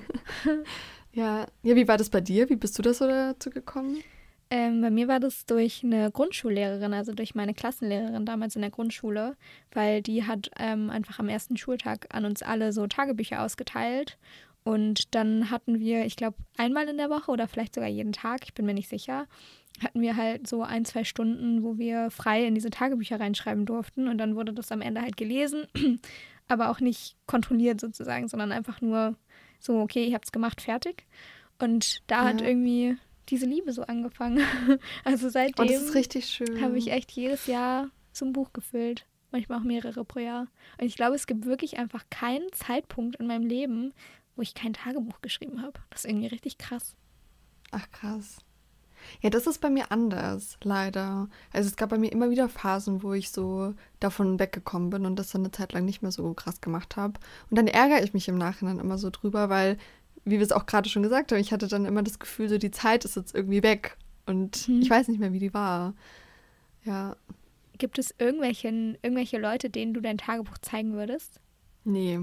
Ja. Ja, wie war das bei dir? Wie bist du da so dazu gekommen? Ähm, bei mir war das durch eine Grundschullehrerin, also durch meine Klassenlehrerin damals in der Grundschule, weil die hat ähm, einfach am ersten Schultag an uns alle so Tagebücher ausgeteilt. Und dann hatten wir, ich glaube, einmal in der Woche oder vielleicht sogar jeden Tag, ich bin mir nicht sicher, hatten wir halt so ein, zwei Stunden, wo wir frei in diese Tagebücher reinschreiben durften. Und dann wurde das am Ende halt gelesen, aber auch nicht kontrolliert sozusagen, sondern einfach nur so, okay, ihr habt's gemacht, fertig. Und da hat Ja. irgendwie diese Liebe so angefangen. Also Oh, das seitdem ist richtig schön. habe ich echt jedes Jahr zum Buch gefüllt. Manchmal auch mehrere pro Jahr. Und ich glaube, es gibt wirklich einfach keinen Zeitpunkt in meinem Leben, wo ich kein Tagebuch geschrieben habe. Das ist irgendwie richtig krass. Ach, krass. Ja, das ist bei mir anders, leider. Also es gab bei mir immer wieder Phasen, wo ich so davon weggekommen bin und das dann eine Zeit lang nicht mehr so krass gemacht habe. Und dann ärgere ich mich im Nachhinein immer so drüber, weil, wie wir es auch gerade schon gesagt haben, ich hatte dann immer das Gefühl, so die Zeit ist jetzt irgendwie weg. Und Hm. ich weiß nicht mehr, wie die war. Ja, Gibt es irgendwelche, irgendwelche Leute, denen du dein Tagebuch zeigen würdest? nee.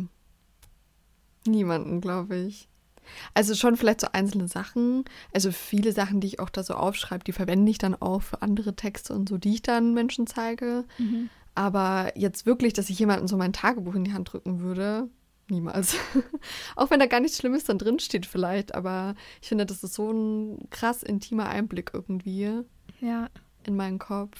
Niemanden, glaube ich. Also schon vielleicht so einzelne Sachen. Also viele Sachen, die ich auch da so aufschreibe, die verwende ich dann auch für andere Texte und so, die ich dann Menschen zeige. Mhm. Aber jetzt wirklich, dass ich jemandem so mein Tagebuch in die Hand drücken würde, niemals. Auch wenn da gar nichts Schlimmes dann drin steht vielleicht, aber ich finde, das ist so ein krass intimer Einblick irgendwie Ja. in meinen Kopf.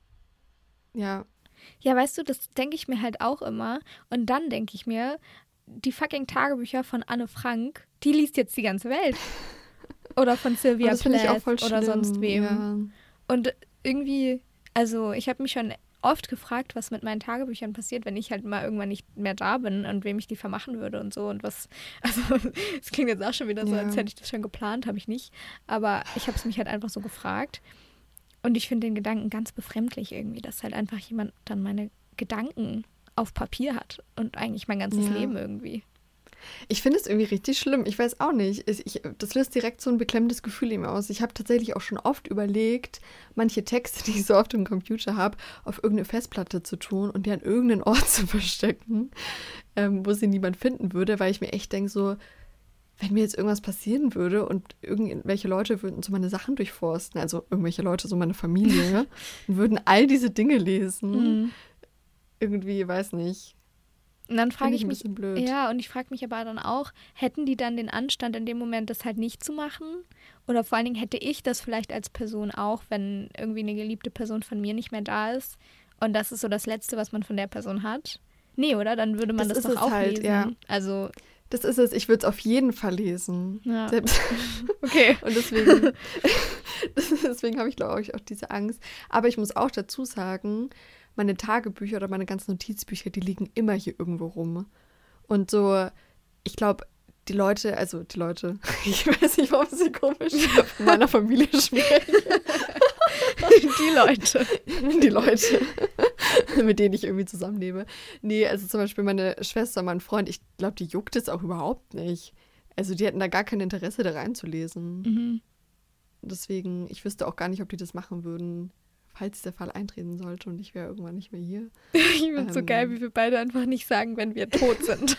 Ja, Ja, weißt du, das denke ich mir halt auch immer. Und dann denke ich mir, die fucking Tagebücher von Anne Frank, die liest jetzt die ganze Welt. Oder von aber Sylvia das finde ich auch Plath voll oder schlimm. sonst wem. Ja. Und irgendwie, also ich habe mich schon oft gefragt, was mit meinen Tagebüchern passiert, wenn ich halt mal irgendwann nicht mehr da bin und wem ich die vermachen würde und so. Und was, also es klingt jetzt auch schon wieder so, Ja. als hätte ich das schon geplant, habe ich nicht. Aber ich habe es mich halt einfach so gefragt. Und ich finde den Gedanken ganz befremdlich irgendwie, dass halt einfach jemand dann meine Gedanken auf Papier hat und eigentlich mein ganzes Ja. Leben irgendwie. Ich finde es irgendwie richtig schlimm. Ich weiß auch nicht. Ich, ich, das löst direkt so ein beklemmendes Gefühl in mir aus. Ich habe tatsächlich auch schon oft überlegt, manche Texte, die ich so auf dem Computer habe, auf irgendeine Festplatte zu tun und die an irgendeinen Ort zu verstecken, ähm, wo sie niemand finden würde, weil ich mir echt denke, so, wenn mir jetzt irgendwas passieren würde und irgendwelche Leute würden so meine Sachen durchforsten, also irgendwelche Leute, so meine Familie, und würden all diese Dinge lesen, Mhm. irgendwie, weiß nicht. Und dann frage Finde ich ich ein mich, bisschen blöd. ja, und ich frage mich aber dann auch, hätten die dann den Anstand in dem Moment, das halt nicht zu machen? Oder vor allen Dingen hätte ich das vielleicht als Person auch, wenn irgendwie eine geliebte Person von mir nicht mehr da ist und das ist so das Letzte, was man von der Person hat? Nee, oder? Dann würde man Das das, ist doch es auch halt, lesen. ja. Also, Das ist es. Ich würde es auf jeden Fall lesen. ja. Selbst Okay. Und deswegen, deswegen habe ich, glaube ich, auch diese Angst. Aber ich muss auch dazu sagen, meine Tagebücher oder meine ganzen Notizbücher, die liegen immer hier irgendwo rum. Und so, ich glaube, die Leute, also die Leute, ich weiß nicht, warum sie komisch von meiner Familie sprechen. Die Leute. Die Leute, mit denen ich irgendwie zusammenlebe. Nee, also zum Beispiel meine Schwester, mein Freund, ich glaube, die juckt es auch überhaupt nicht. Also die hätten da gar kein Interesse, da reinzulesen. Mhm. Deswegen, ich wüsste auch gar nicht, ob die das machen würden, falls der Fall eintreten sollte und ich wäre irgendwann nicht mehr hier. Ich finde es so Ähm. geil, wie wir beide einfach nicht sagen, wenn wir tot sind.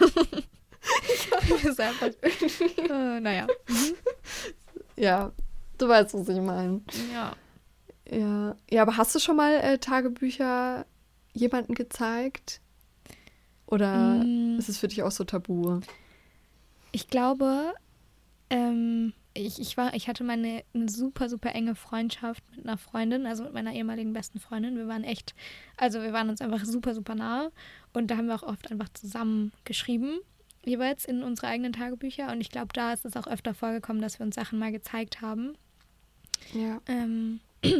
Das ist einfach, äh, naja. Mhm. Ja, du weißt, was ich meine. Ja. Ja. Ja, aber hast du schon mal äh, Tagebücher jemandem gezeigt? Oder Mm. ist es für dich auch so tabu? Ich glaube, ähm, ich, ich, war, ich hatte meine eine super, super enge Freundschaft mit einer Freundin, also mit meiner ehemaligen besten Freundin. Wir waren echt, also wir waren uns einfach super, super nah. Und da haben wir auch oft einfach zusammen geschrieben, jeweils in unsere eigenen Tagebücher. Und ich glaube, da ist es auch öfter vorgekommen, dass wir uns Sachen mal gezeigt haben. Ja. Ähm,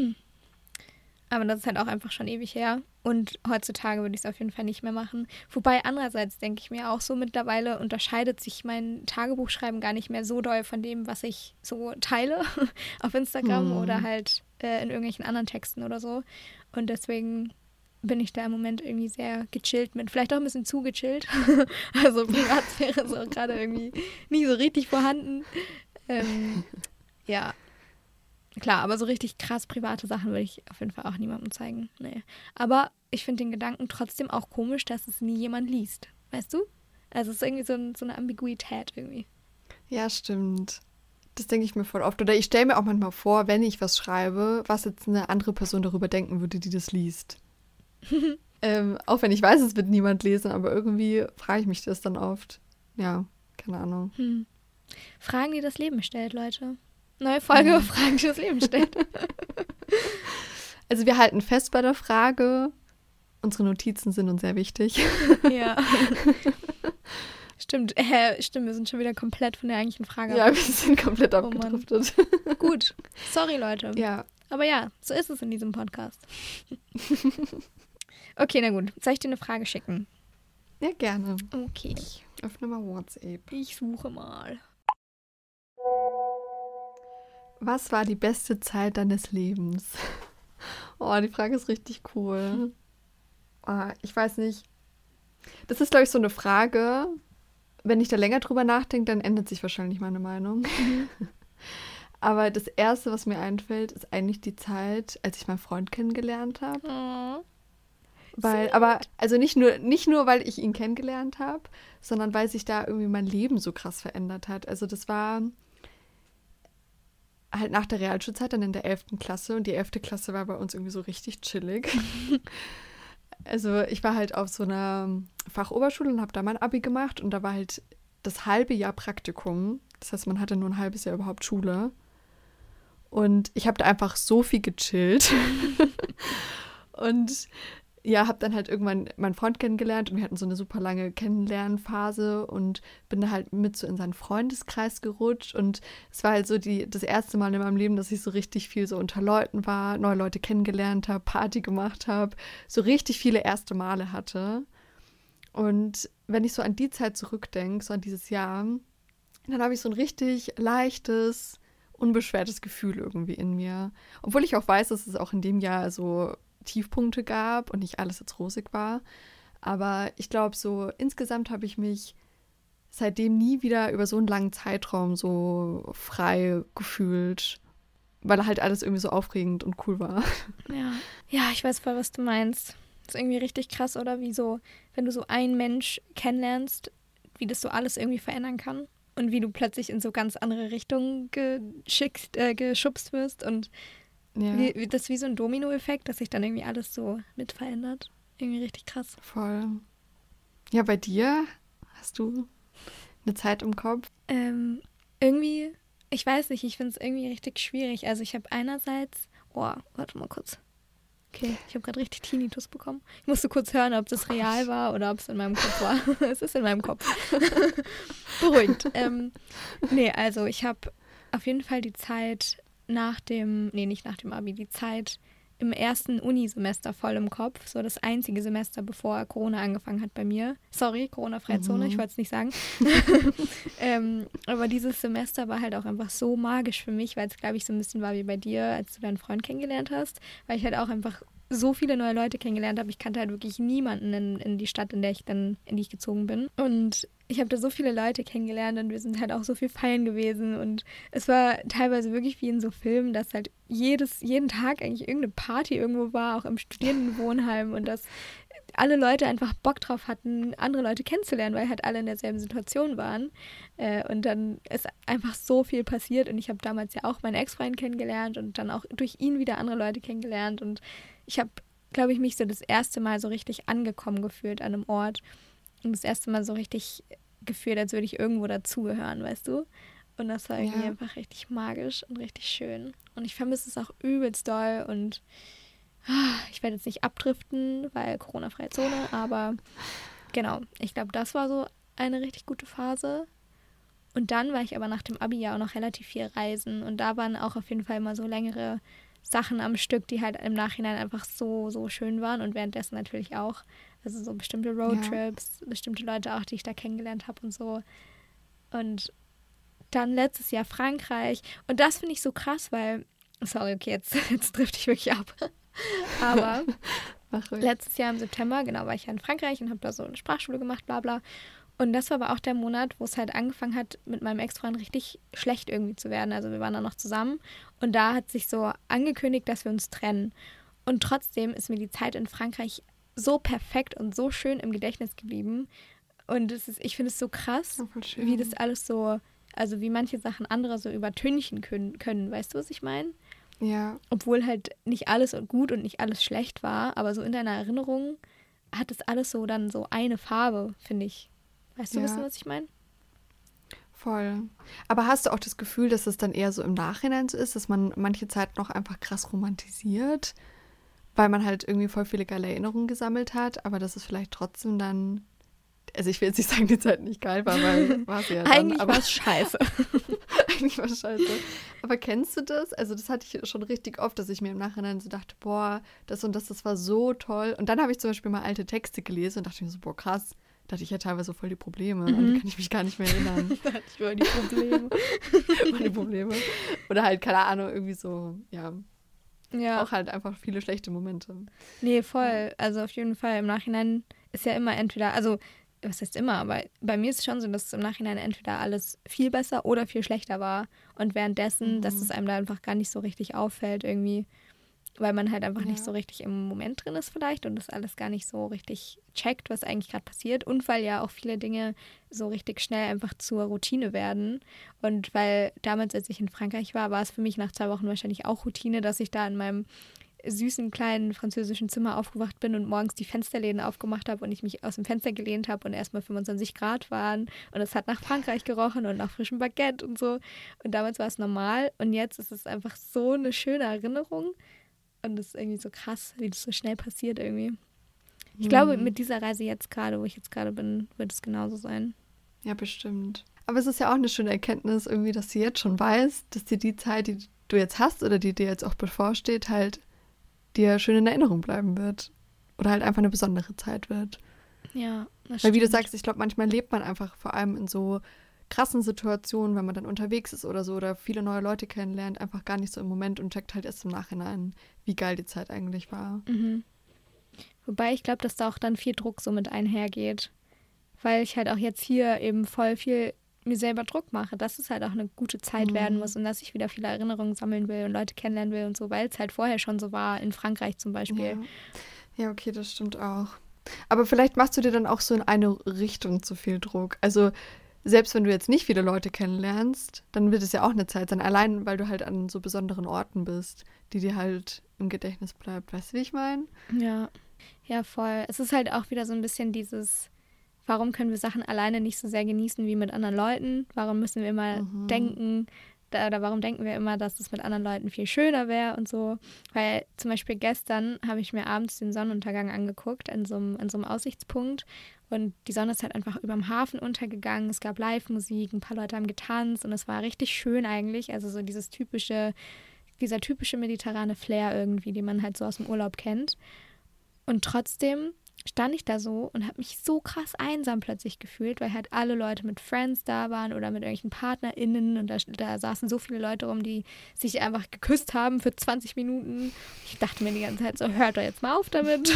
aber das ist halt auch einfach schon ewig her. Und heutzutage würde ich es auf jeden Fall nicht mehr machen. Wobei andererseits denke ich mir auch so, mittlerweile unterscheidet sich mein Tagebuchschreiben gar nicht mehr so doll von dem, was ich so teile auf Instagram Hm. oder halt äh, in irgendwelchen anderen Texten oder so. Und deswegen bin ich da im Moment irgendwie sehr gechillt mit. Vielleicht auch ein bisschen zu gechillt. Also Privatsphäre ist auch gerade irgendwie nie so richtig vorhanden. Ähm, ja. Klar, aber so richtig krass private Sachen würde ich auf jeden Fall auch niemandem zeigen. Nee. Aber ich finde den Gedanken trotzdem auch komisch, dass es nie jemand liest. Weißt du? Also es ist irgendwie so, ein, so eine Ambiguität irgendwie. Ja, stimmt. Das denke ich mir voll oft. Oder ich stelle mir auch manchmal vor, wenn ich was schreibe, was jetzt eine andere Person darüber denken würde, die das liest. ähm, auch wenn ich weiß, es wird niemand lesen, aber irgendwie frage ich mich das dann oft. Ja, keine Ahnung. Hm. Fragen, die das Leben stellt, Leute. Neue Folge Ja. über Fragen, die das Leben stellt. Also wir halten fest bei der Frage, unsere Notizen sind uns sehr wichtig. Ja. Stimmt, äh, stimmt, wir sind schon wieder komplett von der eigentlichen Frage. Ja, wir sind komplett Oh Mann. abgedriftet. Gut, sorry Leute. Ja. Aber ja, so ist es in diesem Podcast. Okay, na gut. Soll ich dir eine Frage schicken? Ja, gerne. Okay. Ich öffne mal WhatsApp. Ich suche mal. Was war die beste Zeit deines Lebens? Oh, die Frage ist richtig cool. Oh, ich weiß nicht. Das ist, glaube ich, so eine Frage. Wenn ich da länger drüber nachdenke, dann ändert sich wahrscheinlich meine Meinung. Aber das Erste, was mir einfällt, ist eigentlich die Zeit, als ich meinen Freund kennengelernt habe. Oh. Weil, aber, also nicht nur, nicht nur, weil ich ihn kennengelernt habe, sondern weil sich da irgendwie mein Leben so krass verändert hat. Also das war halt nach der Realschulzeit, dann in der elften Klasse. Und die elfte Klasse war bei uns irgendwie so richtig chillig. Also ich war halt auf so einer Fachoberschule und habe da mein Abi gemacht. Und da war halt das halbe Jahr Praktikum. Das heißt, man hatte nur ein halbes Jahr überhaupt Schule. Und ich habe da einfach so viel gechillt. Und ja, habe dann halt irgendwann meinen Freund kennengelernt und wir hatten so eine super lange Kennenlernphase und bin da halt mit so in seinen Freundeskreis gerutscht und es war halt so die, das erste Mal in meinem Leben, dass ich so richtig viel so unter Leuten war, neue Leute kennengelernt habe, Party gemacht habe, so richtig viele erste Male hatte. Und wenn ich so an die Zeit zurückdenke, so an dieses Jahr, dann habe ich so ein richtig leichtes, unbeschwertes Gefühl irgendwie in mir. Obwohl ich auch weiß, dass es auch in dem Jahr so Tiefpunkte gab und nicht alles jetzt rosig war. Aber ich glaube, so insgesamt habe ich mich seitdem nie wieder über so einen langen Zeitraum so frei gefühlt, weil halt alles irgendwie so aufregend und cool war. Ja, ja, ich weiß voll, was du meinst. Das ist irgendwie richtig krass, oder? Wie so, wenn du so einen Mensch kennenlernst, wie das so alles irgendwie verändern kann. Und wie du plötzlich in so ganz andere Richtungen geschickt, äh, geschubst wirst. Und Ja, wie, wie, das ist wie so ein Domino-Effekt, dass sich dann irgendwie alles so mit verändert. Irgendwie richtig krass. voll. Ja, bei dir hast du eine Zeit im Kopf? Ähm, irgendwie, ich weiß nicht, ich finde es irgendwie richtig schwierig. Also ich habe einerseits, oh, warte mal kurz. Okay, ich habe gerade richtig Tinnitus bekommen. Ich musste kurz hören, ob das real war oder ob es in meinem Kopf war. Es ist in meinem Kopf. Beruhigt. Ähm, nee, also ich habe auf jeden Fall die Zeit nach dem, nee, nicht nach dem Abi, die Zeit im ersten Unisemester voll im Kopf. So das einzige Semester, bevor Corona angefangen hat bei mir. Sorry, Corona-freie Zone, Mhm. ich wollte es nicht sagen. ähm, aber dieses Semester war halt auch einfach so magisch für mich, weil es, glaube ich, so ein bisschen war wie bei dir, als du deinen Freund kennengelernt hast. Weil ich halt auch einfach so viele neue Leute kennengelernt habe. Ich kannte halt wirklich niemanden in, in die Stadt, in der ich dann, in die ich gezogen bin. Und ich habe da so viele Leute kennengelernt und wir sind halt auch so viel feiern gewesen. Und es war teilweise wirklich wie in so Filmen, dass halt jedes, jeden Tag eigentlich irgendeine Party irgendwo war, auch im Studierendenwohnheim. Und dass alle Leute einfach Bock drauf hatten, andere Leute kennenzulernen, weil halt alle in derselben Situation waren. Äh, und dann ist einfach so viel passiert. Und ich habe damals ja auch meinen Ex-Freund kennengelernt und dann auch durch ihn wieder andere Leute kennengelernt. Und ich habe, glaube ich, mich so das erste Mal so richtig angekommen gefühlt an einem Ort. Und das erste Mal so richtig gefühlt, als würde ich irgendwo dazugehören, weißt du? Und das war irgendwie Ja. einfach richtig magisch und richtig schön. Und ich vermisse es auch übelst doll. Und ah, ich werde jetzt nicht abdriften, weil Corona-freie Zone. Aber genau, ich glaube, das war so eine richtig gute Phase. Und dann war ich aber nach dem Abi ja auch noch relativ viel reisen. Und da waren auch auf jeden Fall immer so längere Sachen am Stück, die halt im Nachhinein einfach so, so schön waren und währenddessen natürlich auch. Also so bestimmte Roadtrips, ja. bestimmte Leute auch, die ich da kennengelernt habe und so. Und dann letztes Jahr Frankreich. Und das finde ich so krass, weil, sorry, okay, jetzt, jetzt trifft ich wirklich ab. Aber letztes Jahr im September, genau, war ich ja in Frankreich und habe da so eine Sprachschule gemacht, bla bla. Und das war aber auch der Monat, wo es halt angefangen hat, mit meinem Ex-Freund richtig schlecht irgendwie zu werden. Also wir waren dann noch zusammen und da hat sich so angekündigt, dass wir uns trennen. Und trotzdem ist mir die Zeit in Frankreich so perfekt und so schön im Gedächtnis geblieben. Und es ist, ich finde es so krass, Ja, wie das alles so, also wie manche Sachen andere so übertünchen können, können. Weißt du, was ich meine? Ja. Obwohl halt nicht alles gut und nicht alles schlecht war, aber so in deiner Erinnerung hat es alles so dann so eine Farbe, finde ich. Weißt du, Ja. wissen, was ich meine? Voll. Aber hast du auch das Gefühl, dass es dann eher so im Nachhinein so ist, dass man manche Zeit noch einfach krass romantisiert, weil man halt irgendwie voll viele geile Erinnerungen gesammelt hat, aber dass es vielleicht trotzdem dann, also ich will jetzt nicht sagen, die Zeit nicht geil war, weil war sie ja dann. Eigentlich aber war es scheiße. Eigentlich war es scheiße. Aber kennst du das? Also das hatte ich schon richtig oft, dass ich mir im Nachhinein so dachte, boah, das und das, das war so toll. Und dann habe ich zum Beispiel mal alte Texte gelesen und dachte mir so, boah, krass, da hatte ich ja teilweise voll die Probleme. Mhm. An die kann ich mich gar nicht mehr erinnern. Da hatte ich wohl die Probleme. Meine Probleme. Oder halt, keine Ahnung, irgendwie so, ja, Ja. auch halt einfach viele schlechte Momente. Nee, voll. Also auf jeden Fall. Im Nachhinein ist ja immer entweder, also was heißt immer, aber bei mir ist es schon so, dass im Nachhinein entweder alles viel besser oder viel schlechter war. Und währenddessen, Mhm. dass es einem da einfach gar nicht so richtig auffällt irgendwie, weil man halt einfach Ja. nicht so richtig im Moment drin ist vielleicht und das alles gar nicht so richtig checkt, was eigentlich gerade passiert. Und weil ja auch viele Dinge so richtig schnell einfach zur Routine werden. Und weil damals, als ich in Frankreich war, war es für mich nach zwei Wochen wahrscheinlich auch Routine, dass ich da in meinem süßen kleinen französischen Zimmer aufgewacht bin und morgens die Fensterläden aufgemacht habe und ich mich aus dem Fenster gelehnt habe und erstmal fünfundzwanzig Grad waren und es hat nach Frankreich gerochen und nach frischem Baguette und so. Und damals war es normal und jetzt ist es einfach so eine schöne Erinnerung und es ist irgendwie so krass, wie das so schnell passiert irgendwie. Ich Mhm. glaube, mit dieser Reise jetzt gerade, wo ich jetzt gerade bin, wird es genauso sein. Ja, bestimmt. Aber es ist ja auch eine schöne Erkenntnis irgendwie, dass du jetzt schon weißt, dass dir die Zeit, die du jetzt hast oder die dir jetzt auch bevorsteht, halt dir schön in Erinnerung bleiben wird. Oder halt einfach eine besondere Zeit wird. Ja, das Weil wie du stimmt. sagst, ich glaube, manchmal lebt man einfach vor allem in so krassen Situationen, wenn man dann unterwegs ist oder so oder viele neue Leute kennenlernt, einfach gar nicht so im Moment und checkt halt erst im Nachhinein, wie geil die Zeit eigentlich war. Mhm. Wobei ich glaube, dass da auch dann viel Druck so mit einhergeht. weil ich halt auch jetzt hier eben voll viel mir selber Druck mache, dass es halt auch eine gute Zeit Mhm. werden muss und dass ich wieder viele Erinnerungen sammeln will und Leute kennenlernen will und so, weil es halt vorher schon so war, in Frankreich zum Beispiel. Ja. Ja, okay, das stimmt auch. Aber vielleicht machst du dir dann auch so in eine Richtung zu viel Druck. Also selbst wenn du jetzt nicht viele Leute kennenlernst, dann wird es ja auch eine Zeit sein, allein weil du halt an so besonderen Orten bist, die dir halt im Gedächtnis bleibt. Weißt du, wie ich meine? Ja, ja, voll. Es ist halt auch wieder so ein bisschen dieses, warum können wir Sachen alleine nicht so sehr genießen wie mit anderen Leuten? Warum müssen wir immer Mhm. denken, da, oder warum denken wir immer, dass es mit anderen Leuten viel schöner wäre und so? Weil zum Beispiel gestern habe ich mir abends den Sonnenuntergang angeguckt an so einem, an so einem Aussichtspunkt und die Sonne ist halt einfach über dem Hafen untergegangen. Es gab Live-Musik, ein paar Leute haben getanzt und es war richtig schön eigentlich. Also so dieses typische, dieser typische mediterrane Flair irgendwie, den man halt so aus dem Urlaub kennt. Und trotzdem stand ich da so und habe mich so krass einsam plötzlich gefühlt, weil halt alle Leute mit Friends da waren oder mit irgendwelchen PartnerInnen und da, da saßen so viele Leute rum, die sich einfach geküsst haben für zwanzig Minuten. Ich dachte mir die ganze Zeit so, hört doch jetzt mal auf damit.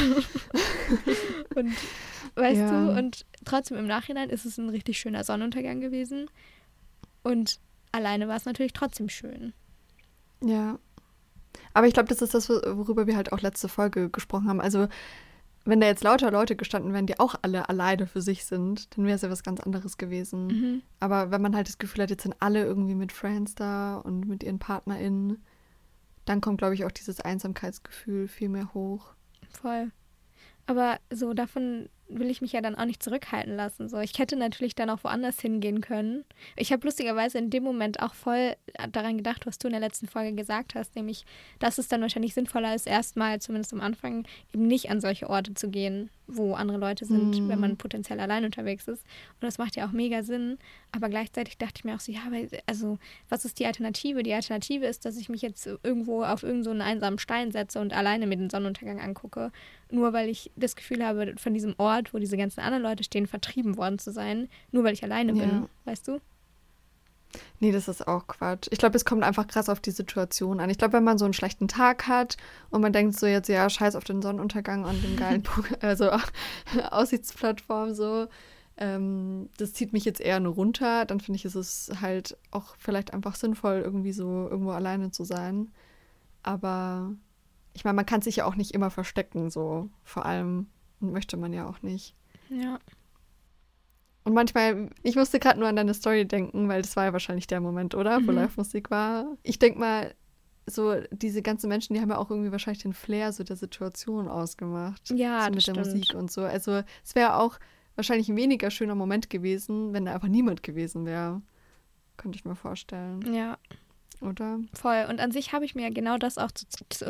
Und weißt Ja. du, und trotzdem im Nachhinein ist es ein richtig schöner Sonnenuntergang gewesen und alleine war es natürlich trotzdem schön. Ja. Aber ich glaube, das ist das, worüber wir halt auch letzte Folge gesprochen haben. Also wenn da jetzt lauter Leute gestanden wären, die auch alle alleine für sich sind, dann wäre es ja was ganz anderes gewesen. Mhm. Aber wenn man halt das Gefühl hat, jetzt sind alle irgendwie mit Friends da und mit ihren PartnerInnen, dann kommt, glaube ich, auch dieses Einsamkeitsgefühl viel mehr hoch. Voll. Aber so davon will ich mich ja dann auch nicht zurückhalten lassen. So, ich hätte natürlich dann auch woanders hingehen können. Ich habe lustigerweise in dem Moment auch voll daran gedacht, was du in der letzten Folge gesagt hast, nämlich, dass es dann wahrscheinlich sinnvoller ist, erstmal, zumindest am Anfang, eben nicht an solche Orte zu gehen, wo andere Leute sind, Mhm. wenn man potenziell allein unterwegs ist. Und das macht ja auch mega Sinn. Aber gleichzeitig dachte ich mir auch so, ja, aber also, was ist die Alternative? Die Alternative ist, dass ich mich jetzt irgendwo auf irgendeinen so einen einsamen Stein setze und alleine mir den Sonnenuntergang angucke, nur weil ich das Gefühl habe, von diesem Ort, wo diese ganzen anderen Leute stehen, vertrieben worden zu sein, nur weil ich alleine Ja. bin, weißt du? Nee, das ist auch Quatsch. Ich glaube, es kommt einfach krass auf die Situation an. Ich glaube, wenn man so einen schlechten Tag hat und man denkt so jetzt, ja, scheiß auf den Sonnenuntergang und den geilen also Aussichtsplattform so, ähm, das zieht mich jetzt eher nur runter, dann finde ich, ist es halt auch vielleicht einfach sinnvoll, irgendwie so irgendwo alleine zu sein. Aber ich meine, man kann sich ja auch nicht immer verstecken, so vor allem möchte man ja auch nicht. Ja. Und manchmal, ich musste gerade nur an deine Story denken, weil das war ja wahrscheinlich der Moment, oder? Wo Mhm. Live-Musik war. Ich denke mal, so diese ganzen Menschen, die haben ja auch irgendwie wahrscheinlich den Flair so der Situation ausgemacht. Ja, so das mit der stimmt. Musik und so. Also es wäre auch wahrscheinlich ein weniger schöner Moment gewesen, wenn da einfach niemand gewesen wäre. Könnte ich mir vorstellen, Ja, oder? voll. Und an sich habe ich mir genau das auch zu, zu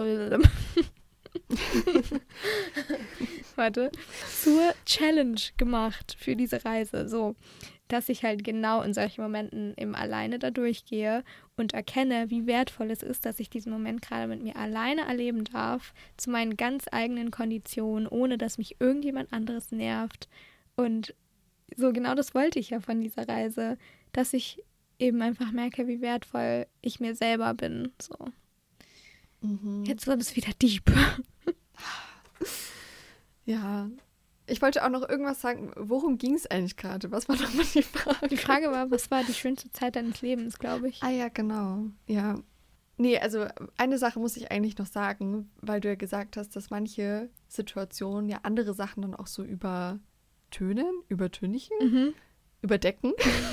warte, zur Challenge gemacht für diese Reise. So, dass ich halt genau in solchen Momenten eben alleine da durchgehe und erkenne, wie wertvoll es ist, dass ich diesen Moment gerade mit mir alleine erleben darf, zu meinen ganz eigenen Konditionen, ohne dass mich irgendjemand anderes nervt. Und so genau das wollte ich ja von dieser Reise, dass ich eben einfach merke, wie wertvoll ich mir selber bin. So. Mhm. Jetzt wird es wieder deep. Ja. Ich wollte auch noch irgendwas sagen. Worum ging es eigentlich gerade? Was war nochmal die Frage? Die Frage war, was war die schönste Zeit deines Lebens, glaube ich. Ah ja, genau. Ja. Nee, also eine Sache muss ich eigentlich noch sagen, weil du ja gesagt hast, dass manche Situationen ja andere Sachen dann auch so übertönen, übertönigen, Mhm. überdecken.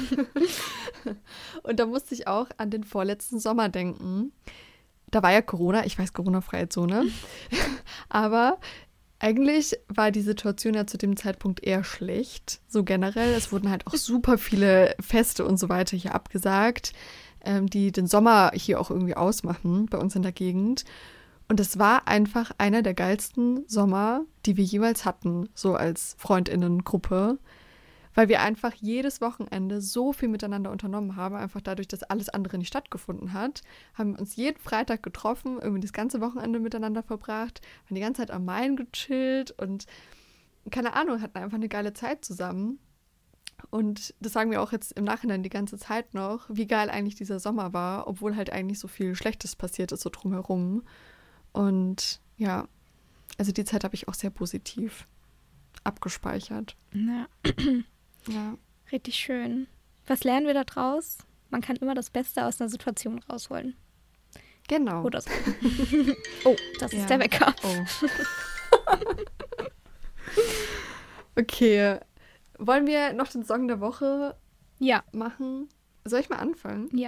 Und da musste ich auch an den vorletzten Sommer denken. Da war ja Corona, ich weiß, Corona-freie Zone. Aber eigentlich war die Situation ja zu dem Zeitpunkt eher schlecht, so generell. Es wurden halt auch super viele Feste und so weiter hier abgesagt, ähm, die den Sommer hier auch irgendwie ausmachen bei uns in der Gegend. Und es war einfach einer der geilsten Sommer, die wir jeweils hatten, so als FreundInnen-Gruppe, weil wir einfach jedes Wochenende so viel miteinander unternommen haben, einfach dadurch, dass alles andere nicht stattgefunden hat, haben uns jeden Freitag getroffen, irgendwie das ganze Wochenende miteinander verbracht, haben die ganze Zeit am Main gechillt und keine Ahnung, hatten einfach eine geile Zeit zusammen. Und das sagen wir auch jetzt im Nachhinein die ganze Zeit noch, wie geil eigentlich dieser Sommer war, obwohl halt eigentlich so viel Schlechtes passiert ist so drumherum. Und ja, also die Zeit habe ich auch sehr positiv abgespeichert. Ja. Ja. Richtig schön. Was lernen wir da draus? Man kann immer das Beste aus einer Situation rausholen. Genau. Oder so. Oh, das Ja. ist der Wecker. Oh. Okay. Wollen wir noch den Song der Woche Ja, machen? Soll ich mal anfangen? ja.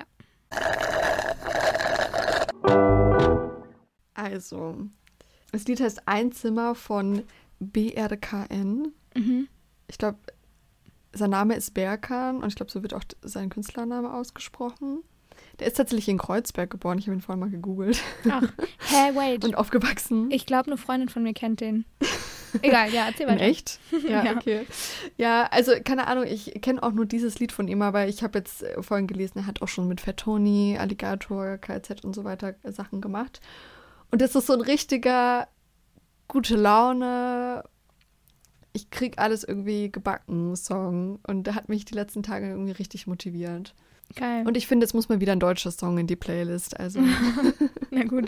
Also, das Lied heißt Ein Zimmer von B R K N. Mhm. Ich glaube, sein Name ist Berkan und ich glaube, so wird auch sein Künstlername ausgesprochen. Der ist tatsächlich in Kreuzberg geboren. Ich habe ihn vorhin mal gegoogelt. Ach, hä, wait. Und aufgewachsen. Ich glaube, eine Freundin von mir kennt den. Egal, ja, erzähl In weiter. echt? Ja, Ja. okay. Ja, also keine Ahnung, ich kenne auch nur dieses Lied von ihm, aber ich habe jetzt äh, vorhin gelesen, er hat auch schon mit Fat Tony, Alligator, K Z und so weiter äh, Sachen gemacht. Und das ist so ein richtiger gute Laune, ich krieg alles irgendwie gebacken Song. Und der hat mich die letzten Tage irgendwie richtig motiviert. Geil. Und ich finde, jetzt muss mal wieder ein deutscher Song in die Playlist. Also Na gut.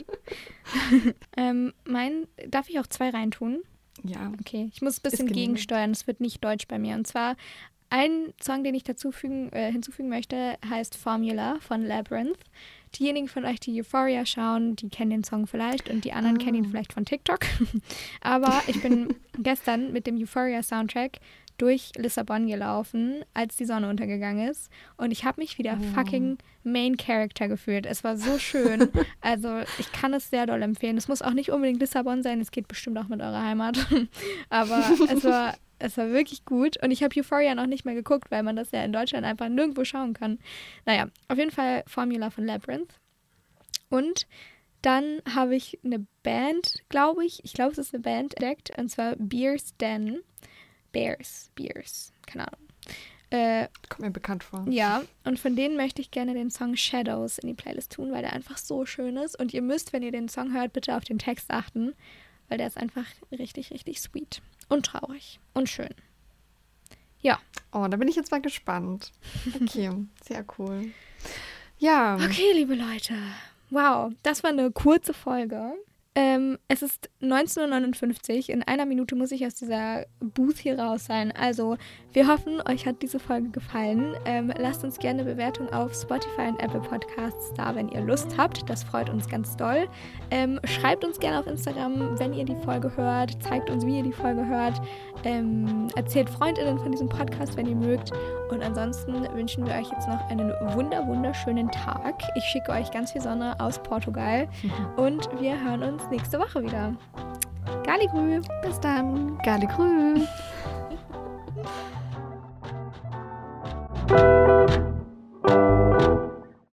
ähm, mein, darf ich auch zwei reintun? ja. Okay, ich muss ein bisschen Ist genehmigt. gegensteuern. Es wird nicht deutsch bei mir. Und zwar ein Song, den ich dazu fügen, äh, hinzufügen möchte, heißt Formula von Labyrinth. Diejenigen von euch, die Euphoria schauen, die kennen den Song vielleicht und die anderen Ah. kennen ihn vielleicht von TikTok. Aber ich bin gestern mit dem Euphoria-Soundtrack durch Lissabon gelaufen, als die Sonne untergegangen ist. Und ich habe mich wie der Oh. fucking Main Character gefühlt. Es war so schön. Also ich kann es sehr doll empfehlen. Es muss auch nicht unbedingt Lissabon sein. Es geht bestimmt auch mit eurer Heimat. Aber es war, es war wirklich gut. Und ich habe Euphoria noch nicht mehr geguckt, weil man das ja in Deutschland einfach nirgendwo schauen kann. Naja, auf jeden Fall Formula von Labyrinth. Und dann habe ich eine Band, glaube ich. Ich glaube, es ist eine Band entdeckt. Und zwar Beers Den. Bears, Beers, keine Ahnung. Äh, Kommt mir bekannt vor. ja, und von denen möchte ich gerne den Song Shadows in die Playlist tun, weil der einfach so schön ist. Und ihr müsst, wenn ihr den Song hört, bitte auf den Text achten, weil der ist einfach richtig, richtig sweet und traurig und schön. Ja. Oh, da bin ich jetzt mal gespannt. Okay, sehr cool. Ja. Okay, liebe Leute. Wow, das war eine kurze Folge. Ähm, es ist neunzehn Uhr neunundfünfzig. In einer Minute muss ich aus dieser Booth hier raus sein. Also, wir hoffen, euch hat diese Folge gefallen. Ähm, lasst uns gerne eine Bewertung auf Spotify und Apple Podcasts da, wenn ihr Lust habt. Das freut uns ganz doll. Ähm, schreibt uns gerne auf Instagram, wenn ihr die Folge hört. Zeigt uns, wie ihr die Folge hört. Ähm, erzählt FreundInnen von diesem Podcast, wenn ihr mögt. Und ansonsten wünschen wir euch jetzt noch einen wunder wunderschönen Tag. Ich schicke euch ganz viel Sonne aus Portugal. Und wir hören uns nächste Woche wieder. Gali Grü. Bis dann. Gali Grü.